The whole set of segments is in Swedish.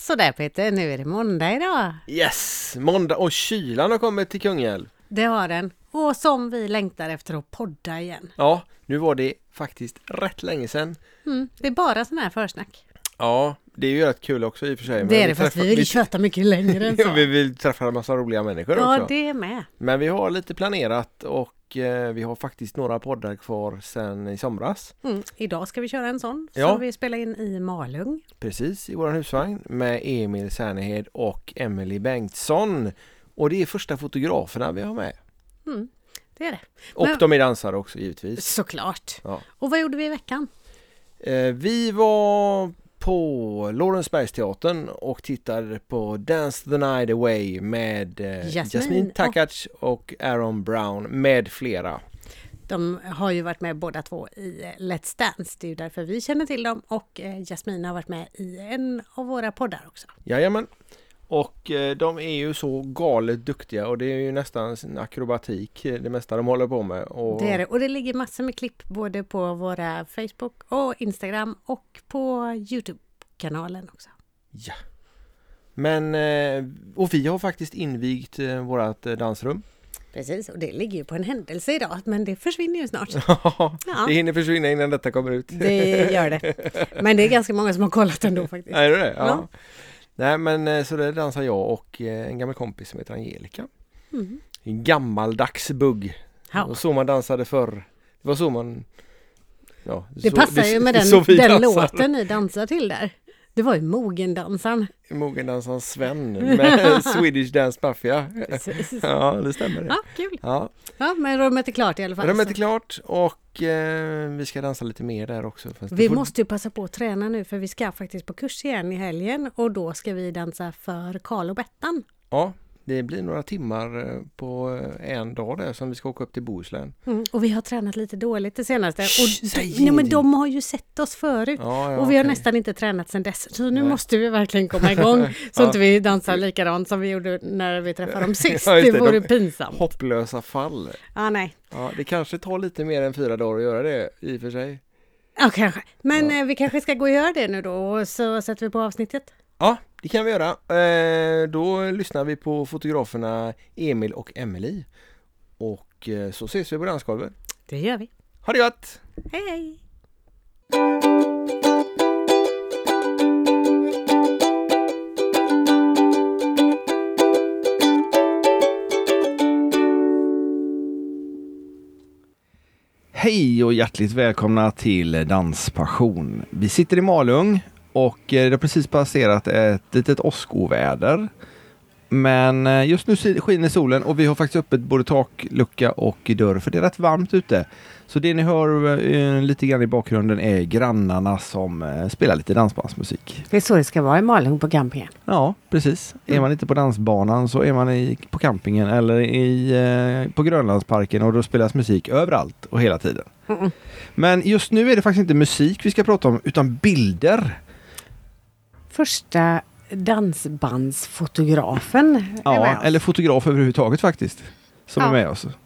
Så där Peter, nu är det måndag idag. Yes, måndag och kylan har kommit till Kungälv. Det har den. Och som vi längtar efter att podda igen. Ja, nu var det faktiskt rätt länge sedan. Det är bara sån här försnack. Ja, det är ju rätt kul också i och för sig. Det är det, fast vi vill köta mycket längre än så. Ja, vi vill träffa en massa roliga människor också. Ja, det är med. Men vi har lite planerat och vi har faktiskt några poddar kvar sen i somras. Idag ska vi köra en sån Ja. som vi spelar in i Malung. Precis, i vår husvagn med Emil Särnehed och Emily Bengtsson. Och det är första fotograferna vi har med. Det är det. Och Men- de är dansare också givetvis. Såklart. Ja. Och vad gjorde vi i veckan? Vi var på Lorensbergsteatern och tittade på Dance the Night Away med Jasmine Takac och Aaron Brown med flera. De har ju varit med båda två i Let's Dance. Det är ju därför vi känner till dem. Och Jasmine har varit med i en av våra poddar också. Jajamän. Och de är ju så galet duktiga och det är ju nästan en akrobatik det mesta de håller på med. Och Det är det. Och det ligger massor med klipp både på våra Facebook och Instagram och på YouTube-kanalen också. ja. Men, och vi har faktiskt invigt vårat dansrum. Precis, och det ligger ju på en händelse idag, men det försvinner ju snart. Det hinner försvinna innan detta kommer ut. Det gör det. Men det är ganska många som har kollat ändå faktiskt. Är det? Ja. Ja. Nej, men så där dansar jag och en gammal kompis som heter Angelica. En gammaldags bugg. Ja. Och så man dansade förr. Det var så man... Ja, Det så, passar ju med den låten ni dansar till där. Det var ju Mogendansan. Mogendansaren Sven med Swedish Dance Mafia. Precis. Ja, det stämmer det. Ja, kul. Ja, Ja, men rummet är klart i alla fall. rummet är klart och vi ska dansa lite mer där också. Fast Vi måste ju passa på att träna nu för vi ska faktiskt på kurs igen i helgen och då ska vi dansa för Karl och Bettan. Ja, det blir några timmar på en dag där som vi ska åka upp till Bohuslän. Och vi har tränat lite dåligt det senaste. säg Nej, men ingenting. de har ju sett oss förut. Ja, Och vi har okej. nästan inte tränat sedan dess. Så nu Nej. måste vi verkligen komma igång. Så Ja. inte vi dansar likadant som vi gjorde när vi träffade dem sist. Ja, just Det det. vore De- pinsamt. Hopplösa fall. Ja, nej. Ja, det kanske tar lite mer än 4 dagar att göra det i och för sig. Ja, kanske. Men vi kanske ska gå och göra det nu då. Och så sätter vi på avsnittet. Ja, det kan vi göra. Då lyssnar vi på fotograferna Emil och Emily. Och så ses vi på dansgolvet. Det gör vi. Ha det gott! Hej, hej! Hej och hjärtligt välkomna till Danspassion. Vi sitter i Malung och det har precis passerat ett litet åskoväder. Men just nu skiner solen och vi har faktiskt öppet både taklucka och dörr för det är rätt varmt ute. Så det ni hör lite grann i bakgrunden är grannarna som spelar lite dansbandsmusik. Det är så det ska vara i Malung på campingen. Ja, precis. Är man inte på dansbanan så är man på campingen eller på Grönlandsparken och då spelas musik överallt och hela tiden. Men just nu är det faktiskt inte musik vi ska prata om utan bilder. Första dansbandsfotografen är med Ja, oss. eller fotograf överhuvudtaget faktiskt som Ja. är med oss.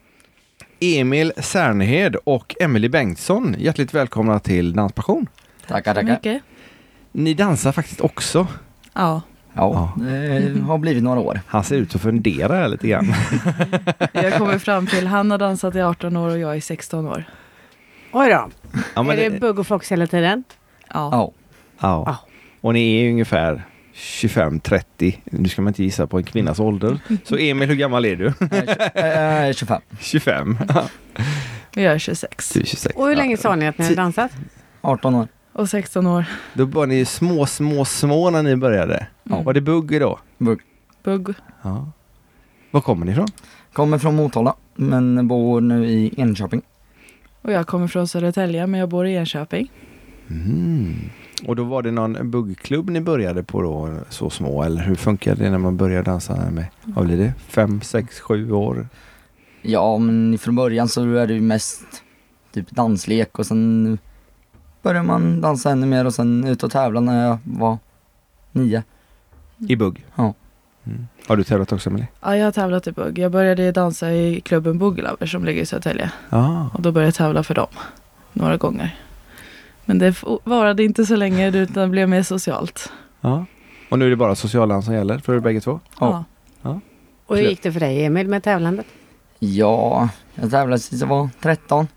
Emil Särnehed och Emily Bengtsson, hjärtligt välkomna till Danspassion. Tackar. Mycket. Ni dansar faktiskt också. Ja. Ja, det har blivit några år. Han ser ut att fundera här lite grann. Jag kommer fram till, han har dansat i 18 år och jag är 16 år. Oj då. Ja, men Är det bugg och fox hela tiden? Ja. Ja, Ja. Och ni är ungefär 25-30. Nu ska man inte gissa på en kvinnas ålder. Så Emil, hur gammal är du? 25. 25. Och jag är 26. Du är 26. Och hur länge sa ni att ni har dansat? 18 år. Och 16 år. Då var ni små när ni började. Ja. Var det bugg då? Bugg. Ja. Var kommer ni ifrån? Kommer från Motala, men bor nu i Enköping. Och jag kommer från Södertälje men jag bor i Enköping. Och då var det någon buggklubb ni började på då, så små? Eller hur funkar det när man börjar dansa med? Vad blir det? 5, 6, 7 år? Ja, men från början så är det ju mest typ danslek och sen börjar man dansa ännu mer och sen ut och tävla när jag var 9. I bugg? Ja. Har du tävlat också, Emily? Ja, jag har tävlat i bugg. Jag började dansa i klubben Boogie som ligger i Södertälje. Ja. Och då började jag tävla för dem. Några gånger. Men det varade inte så länge utan det blev mer socialt. Ja. Och nu är det bara socialdans som gäller för bägge två? Ja. Och hur gick det för dig, Emil, med tävlandet? Ja, jag tävlade tills jag var 13.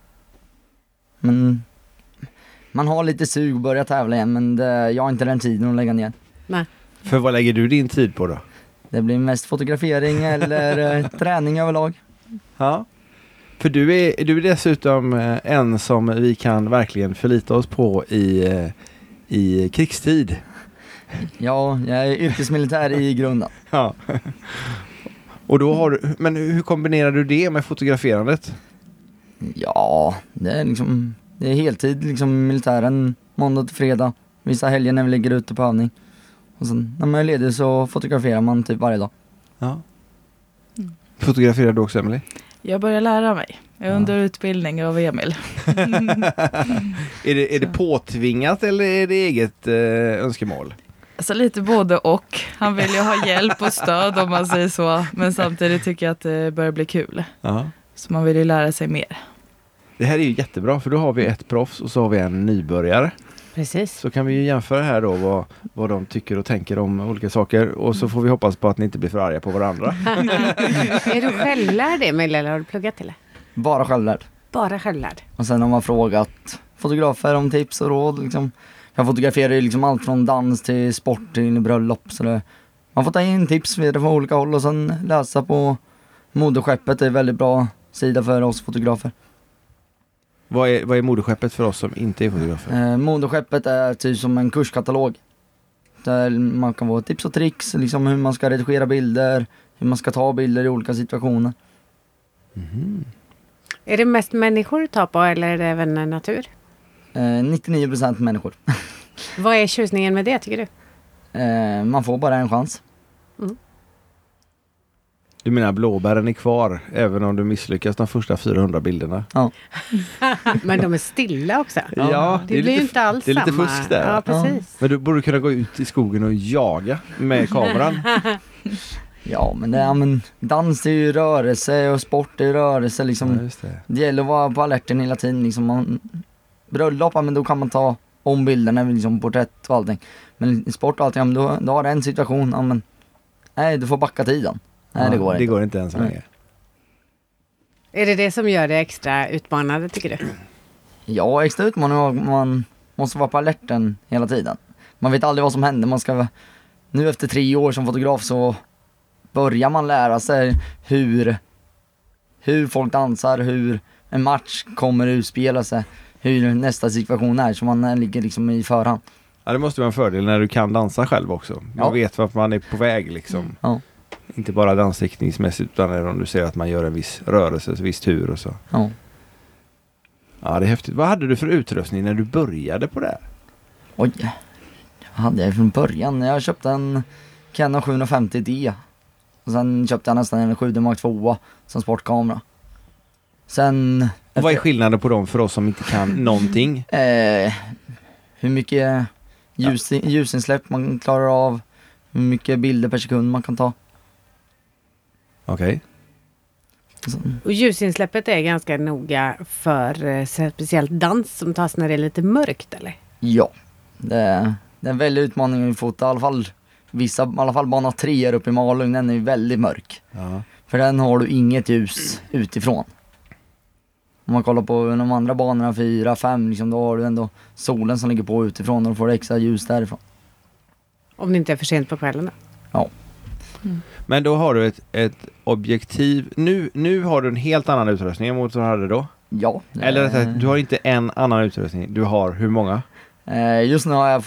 Men man har lite sug att börja tävla igen, men jag har inte den tiden att lägga ner. Nej. För vad lägger du din tid på då? Det blir mest fotografering eller träning överlag. Ja. För du är dessutom en som vi kan verkligen förlita oss på i krigstid. Ja, jag är yrkesmilitär i grunden. Ja. Och då men hur kombinerar du det med fotograferandet? Ja, det är heltid liksom militären måndag till fredag. Vissa helger när vi ligger ute på övning. Och sen när man är ledig så fotograferar man typ varje dag. Ja. Fotograferar du också, Emily? Jag börjar lära mig. Jag är under utbildning av Emil. Är det påtvingat eller är det eget önskemål? Alltså lite både och. Han vill ju ha hjälp och stöd om man säger så. Men samtidigt tycker jag att det börjar bli kul. Ja. Så man vill ju lära sig mer. Det här är ju jättebra för då har vi ett proffs och så har vi en nybörjare. Precis. Så kan vi ju jämföra här då vad de tycker och tänker om olika saker. Och så får vi hoppas på att ni inte blir för arga på varandra. Är du självlärd, Emil, eller har du pluggat till det? Bara självlärd. Bara självlärd. Och sen har man frågat fotografer om tips och råd. Liksom. Jag fotograferar ju liksom allt från dans till sport till bröllop. Så man får ta in tips vidare från olika håll och sen läsa på Moderskeppet. Det är en väldigt bra sida för oss fotografer. Vad är moderskeppet för oss som inte är fotografer? Moderskeppet är typ som en kurskatalog. Där man kan få tips och tricks, liksom hur man ska redigera bilder, hur man ska ta bilder i olika situationer. Mm. Är det mest människor du tar på eller är det även natur? 99% människor. Vad är tjusningen med det, tycker du? Man får bara en chans. Du menar blåbären är kvar även om du misslyckas de första 400 bilderna? Ja. Men de är stilla också. Ja, Det blir ju inte alls det är lite samma. fusk där. Ja, precis. Men du borde kunna gå ut i skogen och jaga med kameran. Ja, men dans är ju rörelse och sport är ju rörelse. Liksom. Ja, just det. Det gäller att vara på alerten hela tiden. Liksom. Bröllop, men då kan man ta om bilderna, liksom porträtt och allting. Men i sport och allting, då har det en situation. Ja, men, nej, du får backa tiden. Nej, det går inte. Det går inte ens så länge. Är det det som gör det extra utmanande, tycker du? Ja, extra utmaning. Man måste vara på alerten hela tiden. Man vet aldrig vad som händer. Nu efter 3 år som fotograf så börjar man lära sig hur folk dansar, hur en match kommer att utspela sig, hur nästa situation är, så man ligger liksom i förhand. Ja, det måste vara en fördel när du kan dansa själv också. Man vet vart man är på väg liksom. Ja. Inte bara dansriktningsmässigt utan om du ser att man gör en viss rörelse, en viss tur och så. Ja. Ja, det är häftigt. Vad hade du för utrustning när du började på det här? Oj, vad hade jag från början? Jag köpte en Canon 750D. Och sen köpte jag nästan en 7D Mark II som sportkamera. Sen... Och vad är skillnaden på dem för oss som inte kan någonting? Hur mycket ljusinsläpp man klarar av. Hur mycket bilder per sekund man kan ta. Okej. Och ljusinsläppet är ganska noga för speciellt dans som tas när det är lite mörkt, eller? Ja, det är en väldig utmaning i fota. I alla fall bana 3 är uppe i Malung, den är ju väldigt mörk. Ja. För den har du inget ljus utifrån. Om man kollar på de andra banorna 4, 5, liksom, då har du ändå solen som ligger på utifrån och då får du extra ljus därifrån. Om det inte är för sent på kvällen då? Ja. Men då har du ett objektiv. Nu har du en helt annan utrustning mot vad du hade då? Ja. Eller du har inte en annan utrustning. Du har hur många? Just nu har jag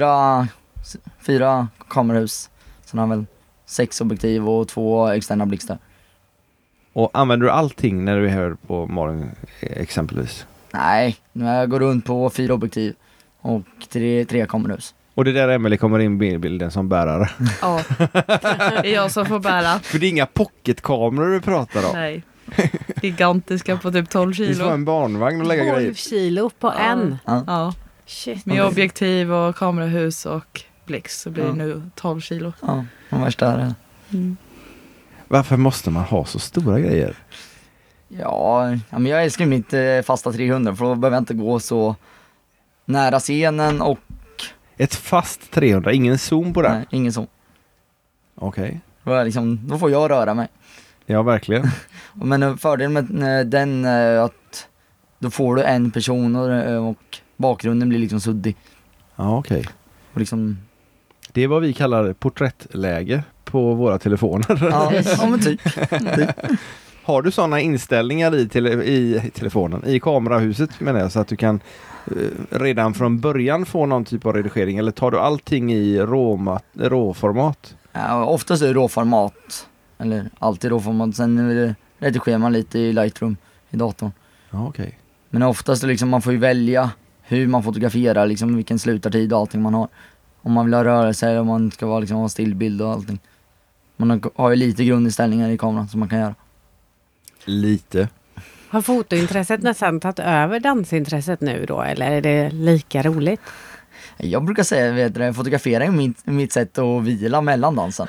4 kamerahus. Sen har jag väl 6 objektiv och 2 externa blixtar. Och använder du allting när du är här på morgon exempelvis? Nej, nu jag går runt på 4 objektiv och 3 kamerahus. Och det där Emily kommer in i bilden som bärare. Ja, det är jag som får bära. För det är inga pocketkameror du pratar om. Nej, gigantiska på typ 12 Det får kilo. en barnvagn och lägga 12 grejer. kilo på en. Ja, Shit. med objektiv och kamerahus och blixt så blir det nu 12 kilo. Ja, de värsta är det. Varför måste man ha så stora grejer? Ja, men jag älskar mitt fasta 300 för då behöver jag inte gå så nära scenen och Ett fast 300, ingen zoom på det? Nej, ingen zoom. Okej. Då får jag röra mig. Ja, verkligen. Men fördelen med den är att då får du en person och bakgrunden blir liksom suddig. Ja, okej. Och liksom... Det är vad vi kallar porträttläge på våra telefoner. Ja, men typ. Har du sådana inställningar i telefonen, i kamerahuset menar jag, så att du kan redan från början få någon typ av redigering, eller tar du allting i råformat? Ja, oftast är det råformat. Eller alltid råformat. Sen redigerar man lite i Lightroom i datorn. Ja, okej. Men oftast liksom, man får ju välja hur man fotograferar, liksom vilken slutartid och allting man har. Om man vill ha rörelse, om man ska vara, liksom, ha stillbild och allting. Man har ju lite grundinställningar i kameran som man kan göra. Lite. Har fotointresset nästan tagit över dansintresset nu då? Eller är det lika roligt? Jag brukar säga, fotografera är mitt sätt att vila mellan dansen.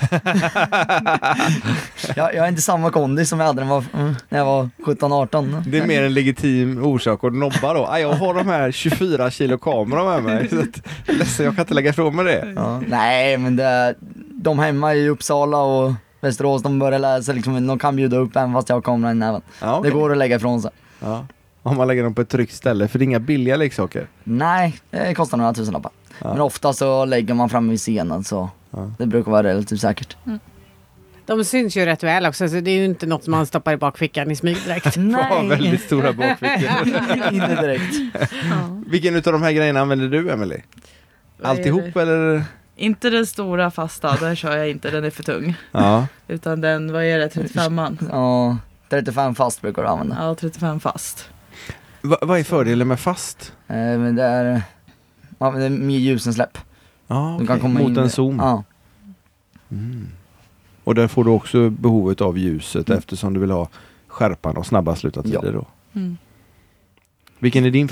jag är inte samma kondis som jag hade när jag var 17-18. Det är mer en legitim orsak att nobba då. Jag har de här 24 kilo kamera med mig. Så ledsen, jag kan inte lägga ifrån mig det. Ja, nej, men de hemma i Uppsala och Västerås, de börjar läsa liksom, de kan bjuda upp även fast jag har kameran i näven. Ja, okay. Det går att lägga ifrån sig. Ja. Om man lägger dem på ett tryggt ställe, för det är inga billiga leksaker. Nej, det kostar några tusenlappar. Ja. Men ofta så lägger man fram vid scenen, så det brukar vara relativt säkert. Mm. De syns ju rätt väl också, så det är ju inte något som man stoppar i bakfickan i smyg direkt. Nej. Ja, väldigt stora bakfickor. Inte direkt. Ja. Vilken utav de här grejerna använder du, Emily? Alltihop eller? Inte den stora fasta, där kör jag inte, den är för tung. Ja. Utan den, vad är det, 35-man? Ja, 35 fast brukar du använda. Ja, 35 fast. Vad är fördelen med fast? Men det är mer ljusensläpp. Ja, du kan komma mot in en zoom. Ja. Mm. Och där får du också behovet av ljuset eftersom du vill ha skärpan och snabba slutartider då. Mm. Vilken är din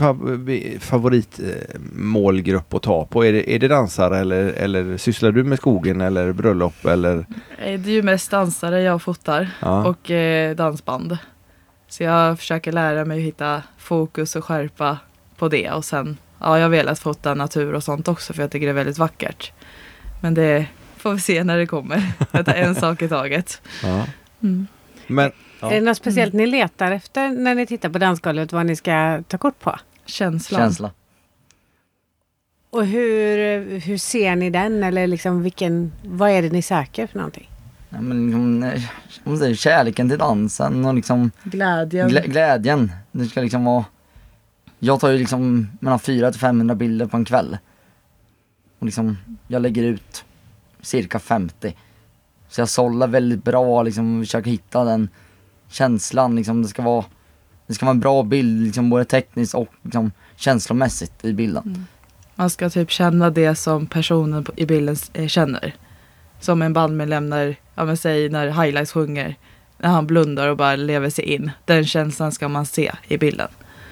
favoritmålgrupp att ta på? Är det dansare eller sysslar du med skogen eller bröllop? Eller? Det är ju mest dansare jag fotar och dansband. Så jag försöker lära mig att hitta fokus och skärpa på det. Och sen, jag har velat fota natur och sånt också för jag tycker det är väldigt vackert. Men det får vi se när det kommer. Det är en sak i taget. Ja. Mm. Men, är det något speciellt ni letar efter när ni tittar på dansgolvet, vad ni ska ta kort på? Känsla. Och hur ser ni den? Eller liksom vad är det ni söker för någonting? Ja, men kärleken till dansen och liksom glädjen. Det ska liksom vara. Jag tar ju liksom mellan 400-500 bilder på en kväll. Och liksom jag lägger ut cirka 50. Så jag sållar väldigt bra, liksom försöker hitta den känslan, liksom det ska vara en bra bild, liksom både tekniskt och liksom känslomässigt i bilden. Mm. Man ska typ känna det som personen i bilden känner. Som en bandmedlem när Highlights sjunger, när han blundar och bara lever sig in. Den känslan ska man se i bilden.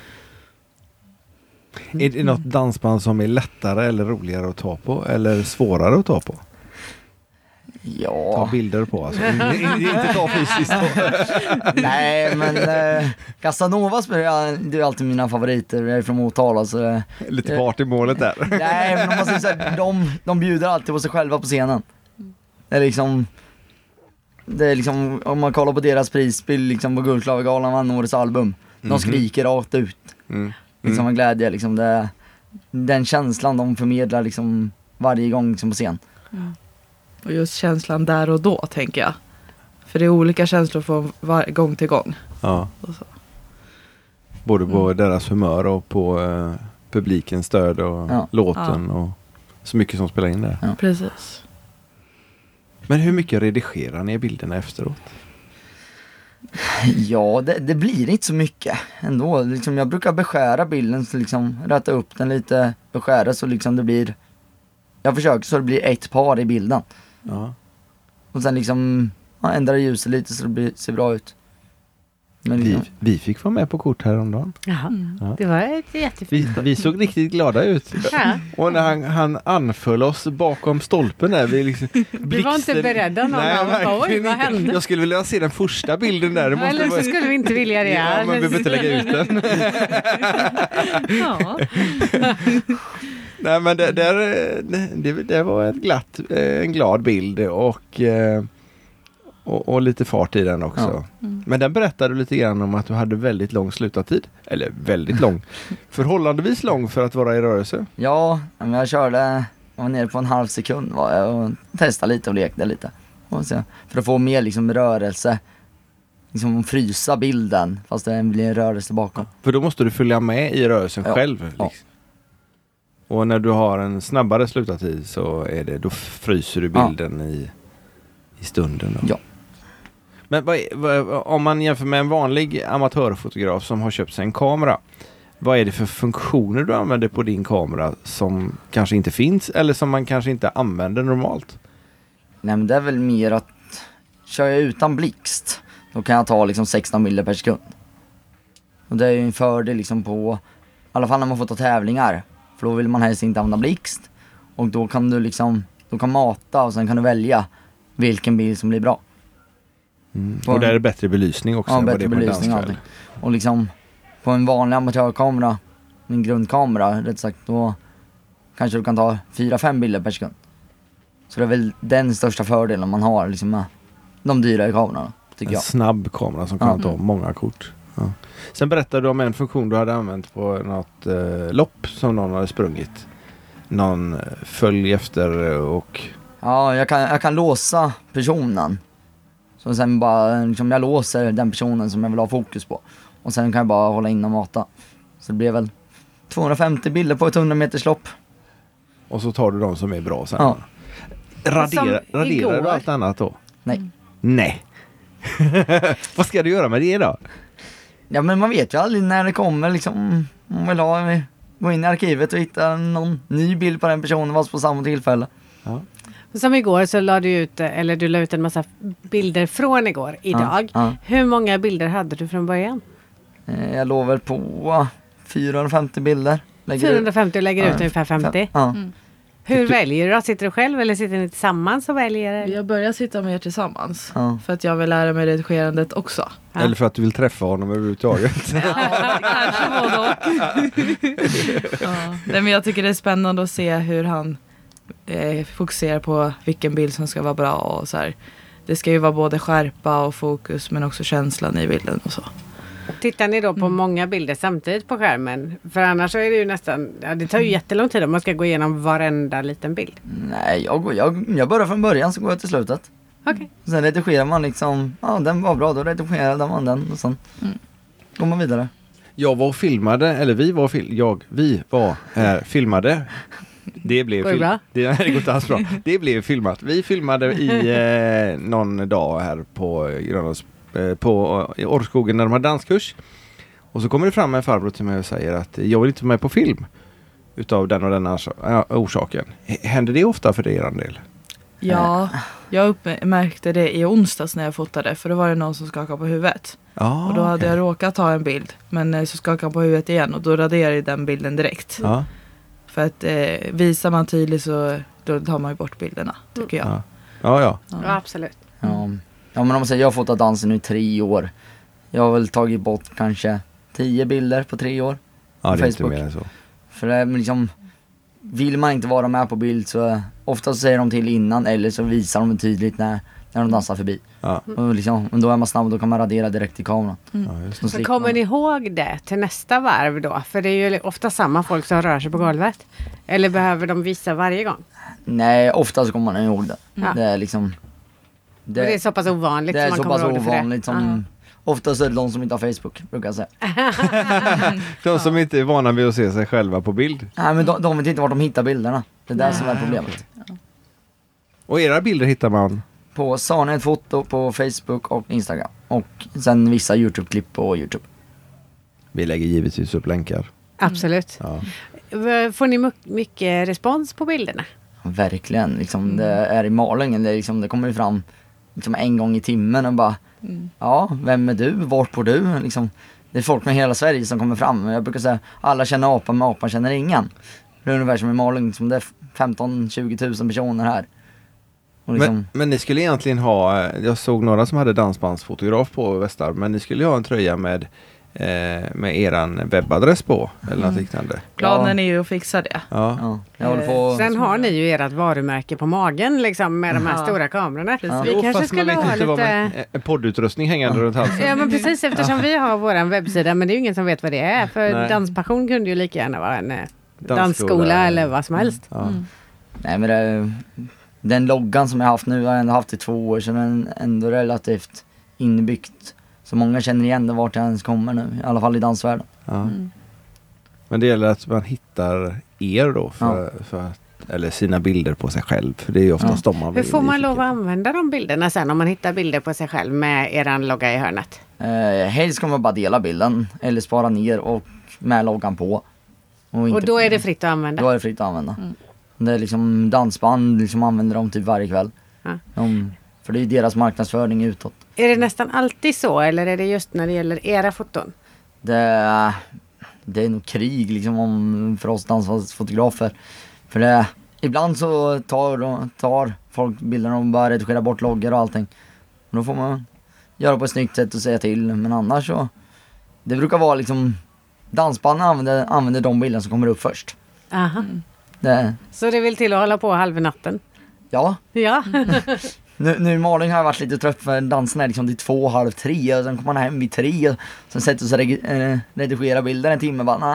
Är det något dansband som är lättare eller roligare att ta på eller svårare att ta på? Ja. Ta bilder på alltså. Inte ta fysiskt. Nej, men Casanovas det är alltid mina favoriter. Jag är från Motala så lite partymålet där. Nej, men man säger så här, de bjuder alltid på sig själva på scenen. Det är liksom om man kollar på deras prisspel liksom på Guldklavergalan vann årets album. De skriker rakt ut. Liksom en glädje liksom den känslan de förmedlar liksom varje gång liksom på scen. Mm. Och just känslan där och då, tänker jag. För det är olika känslor från gång till gång. Ja. Både på deras humör och på publikens stöd och låten och så mycket som spelar in där. Ja. Precis. Men hur mycket redigerar ni bilderna efteråt? Ja, det blir inte så mycket ändå. Liksom, jag brukar beskära bilden, så liksom rätta upp den lite, beskära så liksom det blir. Jag försöker så det blir ett par i bilden. Ja. Och sen liksom ändra ljuset lite så det ser bra ut. Men liksom, vi fick vara med på kort häromdagen. Ja. Det var ett jättefint. Vi såg riktigt glada ut. Ja. Och när han anföll oss bakom stolpen där. Vi var inte beredda någon. Oj, vad hände? Jag skulle vilja se den första bilden där. Eller så skulle vi inte vilja det. Ja, men vi behöver inte lägga ut den. Ja. Nej, men det var en glad bild och lite fart i den också. Ja. Men den berättade lite grann om att du hade väldigt lång slutartid. Eller väldigt lång. Förhållandevis lång för att vara i rörelse. Ja, men jag var nere på en halv sekund och testade lite och lekte lite. Och så, för att få mer liksom rörelse. Liksom frysa bilden fast det blir en rörelse bakom. För då måste du följa med i rörelsen själv. Liksom. Ja. Och när du har en snabbare slutartid så då fryser du bilden i stunden. Då. Ja. Men om man jämför med en vanlig amatörfotograf som har köpt sig en kamera, vad är det för funktioner du använder på din kamera som kanske inte finns eller som man kanske inte använder normalt? Nej, men det är väl mer att kör jag utan blixt, då kan jag ta liksom 16 bilder per sekund. Och det är ju en fördel liksom på, i alla fall när man får ta tävlingar, för då vill man helst inte använda blixt. Och då kan du liksom, du kan mata och sen kan du välja vilken bild som blir bra. Och där är det bättre belysning också. Ja, bättre belysning allting. Och liksom på en vanlig amatörkamera, en grundkamera rätt sagt, då kanske du kan ta 4-5 bilder per sekund. Så det är väl den största fördelen man har liksom med de dyrare kamerorna, tycker jag. En snabb kamera som kan ta många kort. Ja. Sen berättade du om en funktion du hade använt på något lopp som någon hade sprungit. Någon följ efter och... Ja, jag kan låsa personen. Så sen bara, liksom, jag låser den personen som jag vill ha fokus på. Och sen kan jag bara hålla in och mata. Så det blir väl 250 bilder på ett 100 meters lopp. Och så tar du de som är bra sen. Ja. Raderar du allt annat då? Nej. Vad ska du göra med det då? Ja, men man vet ju aldrig när det kommer liksom. Man vill gå in i arkivet och hitta någon ny bild på den personen var på samma tillfälle. Ja. Som igår så la du ut en massa bilder från idag. Ja. Hur många bilder hade du från början? Jag låg väl på 450 bilder. 450 och lägger ut ungefär 50? Ja. Hur väljer du då? Sitter du själv eller sitter ni tillsammans och väljer? Jag börjar sitta mer tillsammans. För att jag vill lära mig redigerandet också. Ja. Eller för att du vill träffa honom överhuvudtaget. Ja, kanske både och. Nej, men jag tycker det är spännande att se hur han fokuserar på vilken bild som ska vara bra. Och så här. Det ska ju vara både skärpa och fokus men också känslan i bilden och så. Tittar ni då på många bilder samtidigt på skärmen? För annars så är det ju nästan, det tar ju jättelång tid om man ska gå igenom varenda liten bild. Nej, jag börjar från början så går jag till slutet. Okej. Sen redigerar man liksom, den var bra, då redigerar man den och sen går man vidare. Jag var och filmade, eller vi var filmade. Det blev bra? Det går inte alls bra. Det blev filmat. Vi filmade i någon dag här på Orrskogen när de har danskurs. Och så kommer det fram en farbror till mig och säger att jag vill inte vara med på film utav den och den orsaken. Händer det ofta för dig er del? Ja, jag märkte det i onsdags när jag fotade, för då var det någon som skakade på huvudet. Och då hade jag råkat ta en bild, men så skakade han på huvudet igen och då raderade jag den bilden direkt. Ja. För att visar man tydligt så då tar man ju bort bilderna, tycker jag. Ja, absolut. Ja, men om man säger, jag har fotat dansen nu i 3 år. Jag har väl tagit bort kanske 10 bilder på 3 år. Ja, det är Facebook. inte mer än så. För det är liksom, vill man inte vara med på bild så ofta så säger de till innan eller så visar de tydligt när de dansar förbi. Ja. Och liksom, då är man snabb och då kan man radera direkt i kameran. Så kommer ni ihåg det till nästa varv då? För det är ju ofta samma folk som rör sig på golvet. Eller behöver de visa varje gång? Nej, ofta så kommer man ihåg det. Det är liksom... Det är så pass ovanligt det är som man kommer ihåg det för det. Det är så pass ovanligt som... Oftast är det de som inte har Facebook, brukar jag säga. De som inte är vana vid att se sig själva på bild. Nej, men de vet inte var de hittar bilderna. Det är där som är problemet. Och era bilder hittar man? På Sanet foto på Facebook och Instagram. Och sen vissa YouTube-klipp på YouTube. Vi lägger givetvis upp länkar. Absolut. Ja. Får ni mycket respons på bilderna? Verkligen. Liksom, det är i Malungen. Det kommer ju fram liksom, en gång i timmen och bara ja, vem är du? Vart bor du? Liksom, det är folk med hela Sverige som kommer fram. Jag brukar säga, alla känner apan men apan känner ingen. Det är ungefär som i Malung. Liksom, det är 15-20 000 personer här. Liksom... Men ni skulle egentligen ha, jag såg några som hade dansbandsfotograf på Västar, men ni skulle ha en tröja med med eran webbadress på eller något liknande. Planen är ju att fixa det. Ja. Jag håller på. Sen har ni ju ert varumärke på magen liksom med de här stora kamerorna. Ja. Vi kanske skulle ha lite... En poddutrustning hängande runt halsen. Ja men precis, eftersom vi har våran webbsida, men det är ju ingen som vet vad det är. För Nej. Danspassion kunde ju lika gärna vara en dansskola eller vad som helst. Ja. Nej men den loggan som jag haft nu har jag ändå haft i 2 år, så den är ändå relativt inbyggt. Så många känner igen det vart jag ens kommer nu, i alla fall i dansvärlden. Ja. Men det gäller att man hittar er då för att, eller sina bilder på sig själv, för det är ju oftast de man Hur får man nyfiken. lov att använda de bilderna sen om man hittar bilder på sig själv med eran logga i hörnet? Helst kommer man bara dela bilden eller spara ner och med loggan på. Och då är det fritt att använda? Då är det fritt att använda. Det är liksom dansband, liksom använder de typ varje kväll. Ja. För det är ju deras marknadsföring utåt. Är det nästan alltid så, eller är det just när det gäller era foton? Det är nog krig liksom för oss dansfotografer. För ibland så tar folk bilderna och bara redigerar bort loggor och allting. Och då får man göra på ett snyggt sätt och säga till. Men annars så, det brukar vara liksom, dansbanden använder de bilderna som kommer upp först. Aha. Så det vill till att hålla på halv natten? Ja. Ja. Nu i Malung har jag varit lite trött för dansen är liksom till 2, halv 3 och sen kommer man hem vid 3 och sen sätter sig och redigerar bilder en timme bara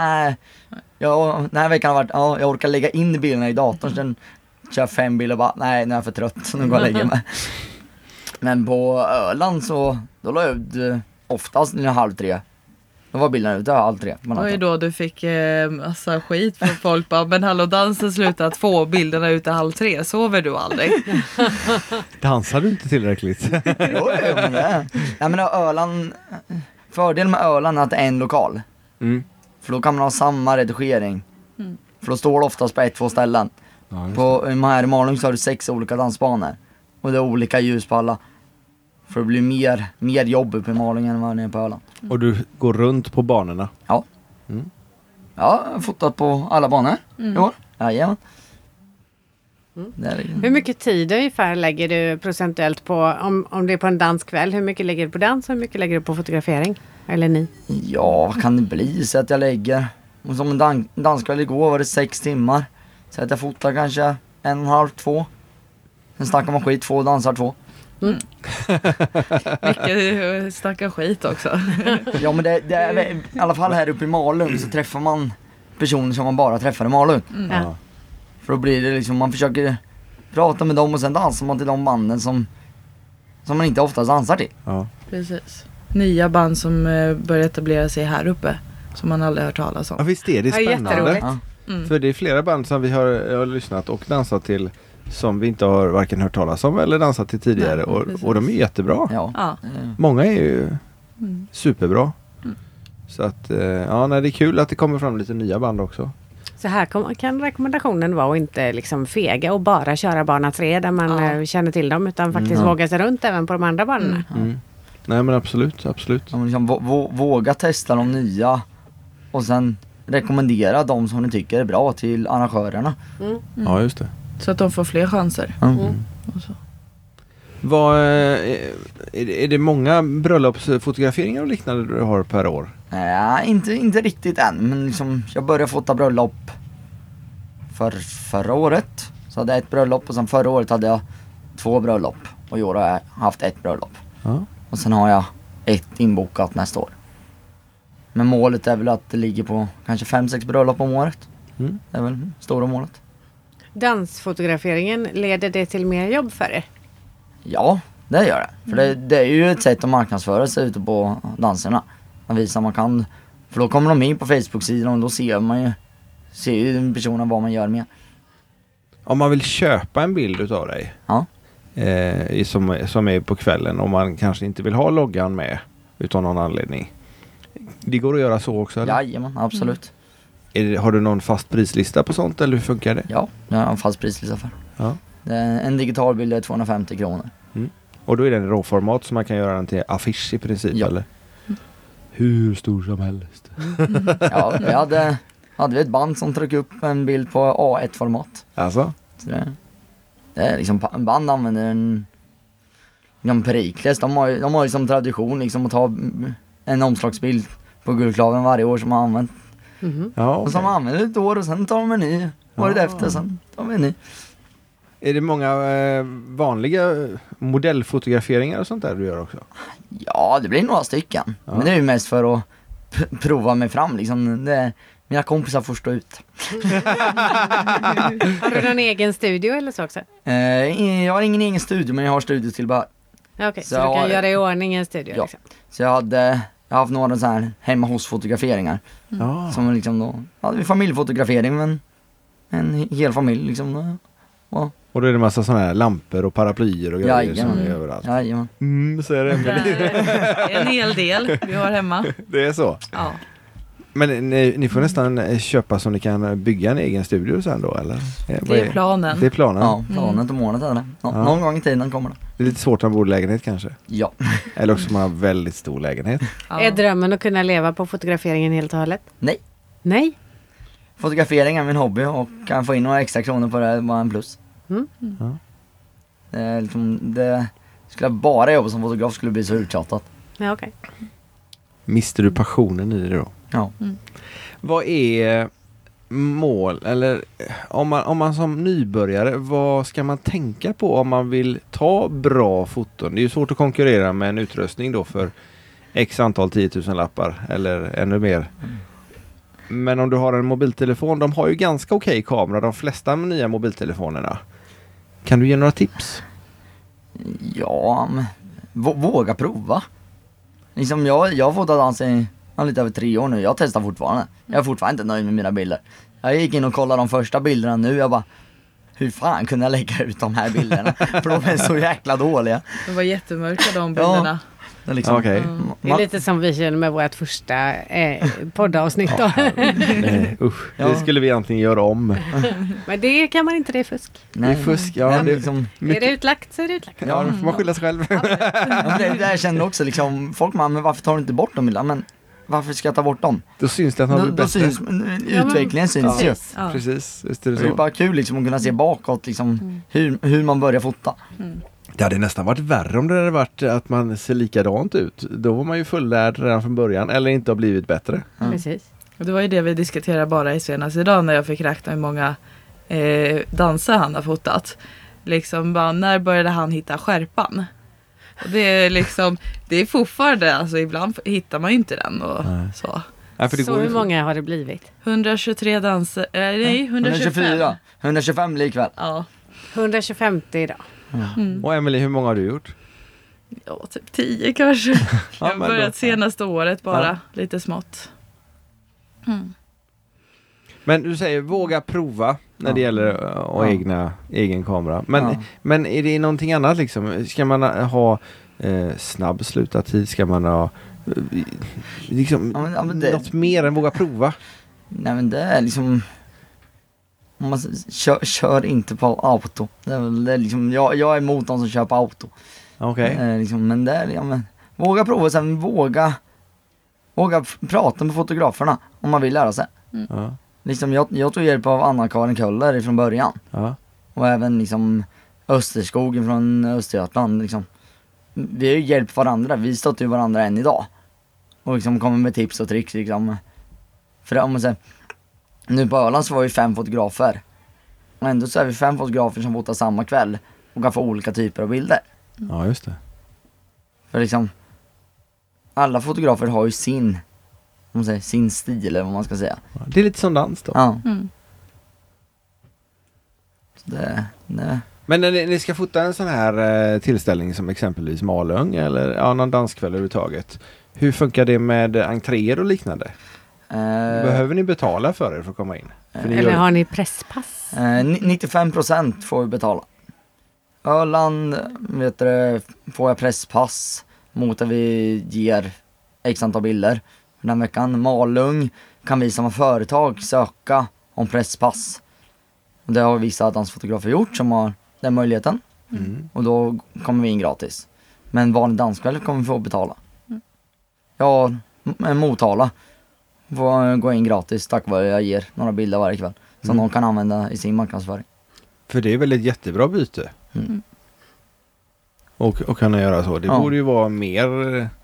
den här veckan har varit, jag orkar lägga in bilderna i datorn, sen kör 5 bilder och bara nej, nu är jag för trött så nu går jag och lägger mig. Men på Öland så då la jag ut oftast 2:30. Då var bilderna ute 2:30. Det var ju då du fick massa skit från folk bara, men hallå, dansen slutar 2, bilderna ute 2:30, sover du aldrig? Dansar du inte tillräckligt? Jo, men det. Nej men Öland, fördelen med Öland är att det är en lokal. För då kan man ha samma redigering. För då står det oftast på 1-2 ställen. Ja, På här i Malung så har du 6 olika dansbanor. Och det är olika ljus på alla. För det blir mer jobb uppe i Malung än vad det är på Öland. Och du går runt på banorna? Ja. Ja, jag har fotat på alla banor i år. Jajamän. Hur mycket tid ungefär lägger du procentuellt på, om det är på en danskväll, hur mycket lägger du på dans och hur mycket lägger du på fotografering? Eller ni? Ja, vad kan det bli? Så att jag lägger, och som en danskväll igår var det 6 timmar. Så att jag fotar kanske 1,5, 2. Sen snackar man skit, 2 dansar 2. Mycket snacka skit också. Ja men det är i alla fall här uppe i Malung så träffar man personer som man bara träffar i Malung. Ja. För då blir det liksom, man försöker prata med dem och sen dansar man till de banden som man inte oftast dansar till. Ja. Precis. Nya band som börjar etablera sig här uppe som man aldrig hört talas om. Ja, visst är det Ja, spännande. jätteroligt. Ja. För det är flera band som jag har lyssnat och dansat till som vi inte har varken hört talas om eller dansat till tidigare. Nej, och de är jättebra. Ja. Många är ju superbra. Så att det är kul att det kommer fram lite nya band också. Så här kan rekommendationen vara att inte liksom fega och bara köra bana 3 där man känner till dem, utan faktiskt våga sig runt även på de andra banorna. Nej men absolut. Ja, men liksom, våga testa de nya och sen rekommendera de som ni tycker är bra till arrangörerna. Ja, just det. Så att de får fler chanser. Och så. Är det många bröllopsfotograferingar och liknande du har per år? Nej, inte riktigt än, men liksom, jag började fota bröllop förra året. Så hade jag ett bröllop och sen förra året hade jag 2 bröllop. Och i år har jag haft 1 bröllop. Ja. Och sen har jag 1 inbokat nästa år. Men målet är väl att det ligger på kanske 5-6 bröllop om året. Det är väl stora målet. Dansfotograferingen, leder det till mer jobb för er? Ja, det gör det. För det är ju ett sätt att marknadsföra sig ute på danserna. Att visa man kan. För då kommer de in på Facebook-sidan och då ser ju personen vad man gör med. Om man vill köpa en bild utav dig som är på kvällen, om man kanske inte vill ha loggan med utan någon anledning. Det går att göra så också, eller? Jajamän, absolut. Har du någon fast prislista på sånt, eller hur funkar det? Ja, jag har en fast prislista för. Ja. En digital bild är 250 kronor. Och då är den råformat så man kan göra den till affisch i princip, eller? Hur stor som helst. Ja, vi hade vi ett band som tryckte upp en bild på A1-format. Alltså? Så det är liksom, en band använder en Perikles. De har liksom tradition liksom att ta en omslagsbild på Guldklaven varje år som har använt. Ja, Och som använder ett år och sen tar de en ny. Året efter sen tar vi en ny. Är det många vanliga modellfotograferingar och sånt där du gör också? Ja, det blir några stycken. Men det är ju mest för att prova mig fram liksom. Mina kompisar får stå ut. Har du någon egen studio eller så också? Jag har ingen egen studio, men jag har studiotillbehör. Okej, så du kan göra i ordning en studio? Ja. Liksom. Så jag har haft några så här hemma hos fotograferingar. Som liksom då hade vi familjefotografering, men en hel familj liksom. Och då är det massa sådana här lampor och paraplyer och grejer som är överallt. Jajamän. Så är det. En hel del vi har hemma. Det är så? Ja. Men ni får nästan köpa så ni kan bygga en egen studio sen då, eller? Det är planen. Det är planen? Ja, planen till månaden är det. Någon gång i tiden kommer det. Det är lite svårt när man bor i lägenhet kanske? Ja. Eller också man har väldigt stor lägenhet. Ja. Är drömmen att kunna leva på fotograferingen helt och hållet? Nej. Nej? Fotografering är min hobby och kan få in några extra kronor på det var en plus. Det skulle jag bara jobba som fotograf skulle bli så uttjatat. Ja, okej. Mister du passionen i det då? Ja. Vad är mål, eller om man som nybörjare, vad ska man tänka på om man vill ta bra foton? Det är ju svårt att konkurrera med en utrustning då för x antal 10 000 lappar eller ännu mer. Men om du har en mobiltelefon, de har ju ganska okej kamera, de flesta nya mobiltelefonerna. Kan du ge några tips? Ja, men våga prova. Liksom jag har fotat dans i lite över 3 år nu. Jag testar fortfarande. Jag är fortfarande inte nöjd med mina bilder. Jag gick in och kollade de första bilderna nu. Jag bara, hur fan kunde jag lägga ut de här bilderna? För de är så jäkla dåliga. De var jättemörka de bilderna. Det, liksom, Okej. Det är lite som vi känner med vårt första poddavsnitt då. Nej, usch. Det skulle vi egentligen göra om. Men det kan man inte, det är fusk. Det är fusk, ja. Men Det, liksom, Är det utlagt så är det utlagt. ja, då får man skylla sig själv. det jag känner också liksom, folk men varför tar du inte bort dem bilderna? Men varför ska jag ta bort dem? Då syns det att man blir Då bättre. syns, utvecklingen syns ju. Precis. Ja. Precis, visst är det Det är så. bara kul liksom att kunna se bakåt liksom, hur man börjar fota. Det hade nästan varit värre om det hade varit att man ser likadant ut. Då var man ju fullärd redan från början, eller inte har blivit bättre. Precis. Och det var ju det vi diskuterade bara i senast idag när jag fick räkna hur många danser han har fotat. Liksom bara, när började han hitta skärpan? Och det är liksom, det är fortfarande, alltså ibland hittar man ju inte den och så. Ja, för det Så går hur ju många har det blivit? 123 danser, nej 125. 125 likväl. Ja. 125 idag. Och Emily, hur många har du gjort? Ja, typ 10 kanske. Jag har men börjat då- senaste året bara, lite smått. Men du säger våga prova när det gäller egen kamera. Men är det någonting annat liksom? Ska man ha snabb slutartid? Ska man ha liksom men det- något mer än våga prova? Nej men det är liksom, man kör inte på auto. Det är liksom, jag är emot de som kör på auto. Okej. Liksom, men det är, ja, men, våga prova, sen våga prata med fotograferna om man vill lära sig. Ja. Liksom, jag tog hjälp av Anna-Karin Köller från början. Ja. Och även liksom Österskogen från Östergötland. Liksom. Vi har ju hjälpt varandra, vi stöttar ju varandra än idag. Och liksom kommer med tips och tricks liksom. För om man säger, nu på Öland så var vi 5 fotografer. Och ändå så är vi 5 fotografer som fotar samma kväll och kan få olika typer av bilder. Ja, just det. För liksom, alla fotografer har ju sin stil eller vad man ska säga. Ja, det är lite som dans då. Ja. Så det. Men när ni ska fota en sån här tillställning som exempelvis Malung eller någon danskväll överhuvudtaget. Hur funkar det med entréer och liknande? Behöver ni betala för er för att komma in? För ni Eller har ni presspass? 95% får vi betala. Öland får jag presspass mot att vi ger x antal bilder den veckan. Malung kan vi som företag söka om presspass. Och det har vissa dansfotografer gjort som har den möjligheten. Och då kommer vi in gratis. Men vanlig danskväll kommer vi få betala. Ja, Motala får gå in gratis tack vare jag ger några bilder varje kväll. Som de kan använda i sin marknadsföring. För det är väl ett jättebra byte. Och kunna göra så. Det borde ju vara mer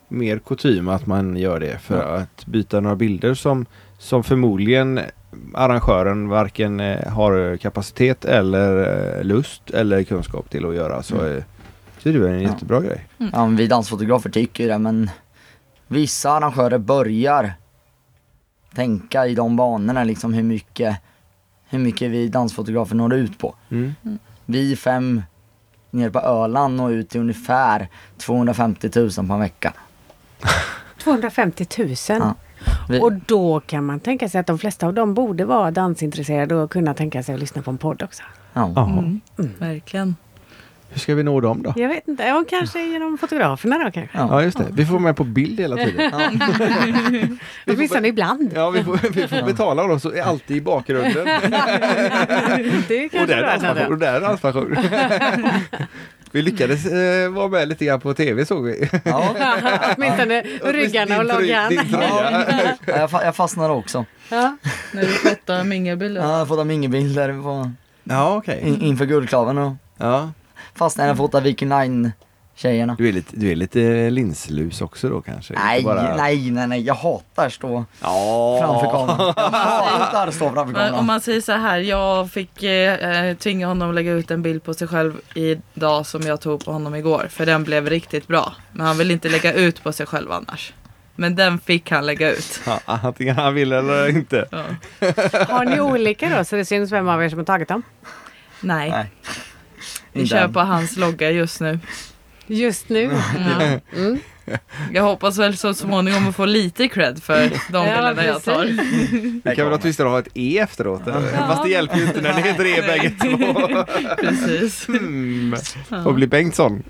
mer kutym att man gör det för att byta några bilder som förmodligen arrangören varken har kapacitet eller lust eller kunskap till att göra, så är det en jättebra grej. Ja, vi dansfotografer tycker det, men vissa arrangörer börjar tänka i de banorna liksom hur mycket vi dansfotografer når ut på. Vi 5 nere på Öland når ut till ungefär 250 000 på en vecka. 250 000? Ja. Och då kan man tänka sig att de flesta av dem borde vara dansintresserade och kunna tänka sig att lyssna på en podd också. Ja, verkligen. Hur ska vi nå dem då? Jag vet inte, kanske genom fotograferna då kanske. Ja, just det. Vi får med på bild hela tiden. Åtminstone ibland. Ja, vi får betala dem så är alltid i bakgrunden. Det är kanske och där är danspension. Vi lyckades vara med lite grann på tv, såg vi. Ja. Åtminstone ryggarna och loggan. Jag fastnade också. Ja. När du fotar mingelbilder. Ja, jag fotar mingelbilder inför guldklaven och fastnade jag fotar Viking 9-tjejerna. Du är lite linslus också då kanske? Nej. Jag hatar stå framför kameran. Jag hatar stå framför kameran. Om man säger så här, jag fick tvinga honom att lägga ut en bild på sig själv idag som jag tog på honom igår. För den blev riktigt bra. Men han vill inte lägga ut på sig själv annars. Men den fick han lägga ut. Ja, antingen han vill eller inte. Ja. Har ni olika då så det syns vem av er som har tagit dem? Nej. Vi kör på hans logga just nu. Just nu? Jag hoppas väl så småningom att få lite cred för de bilderna jag tar. Vi kan väl åtminstone ha ett E efteråt. Fast det hjälper ju inte när det heter E bägge två. Precis. Och bli Bengtsson.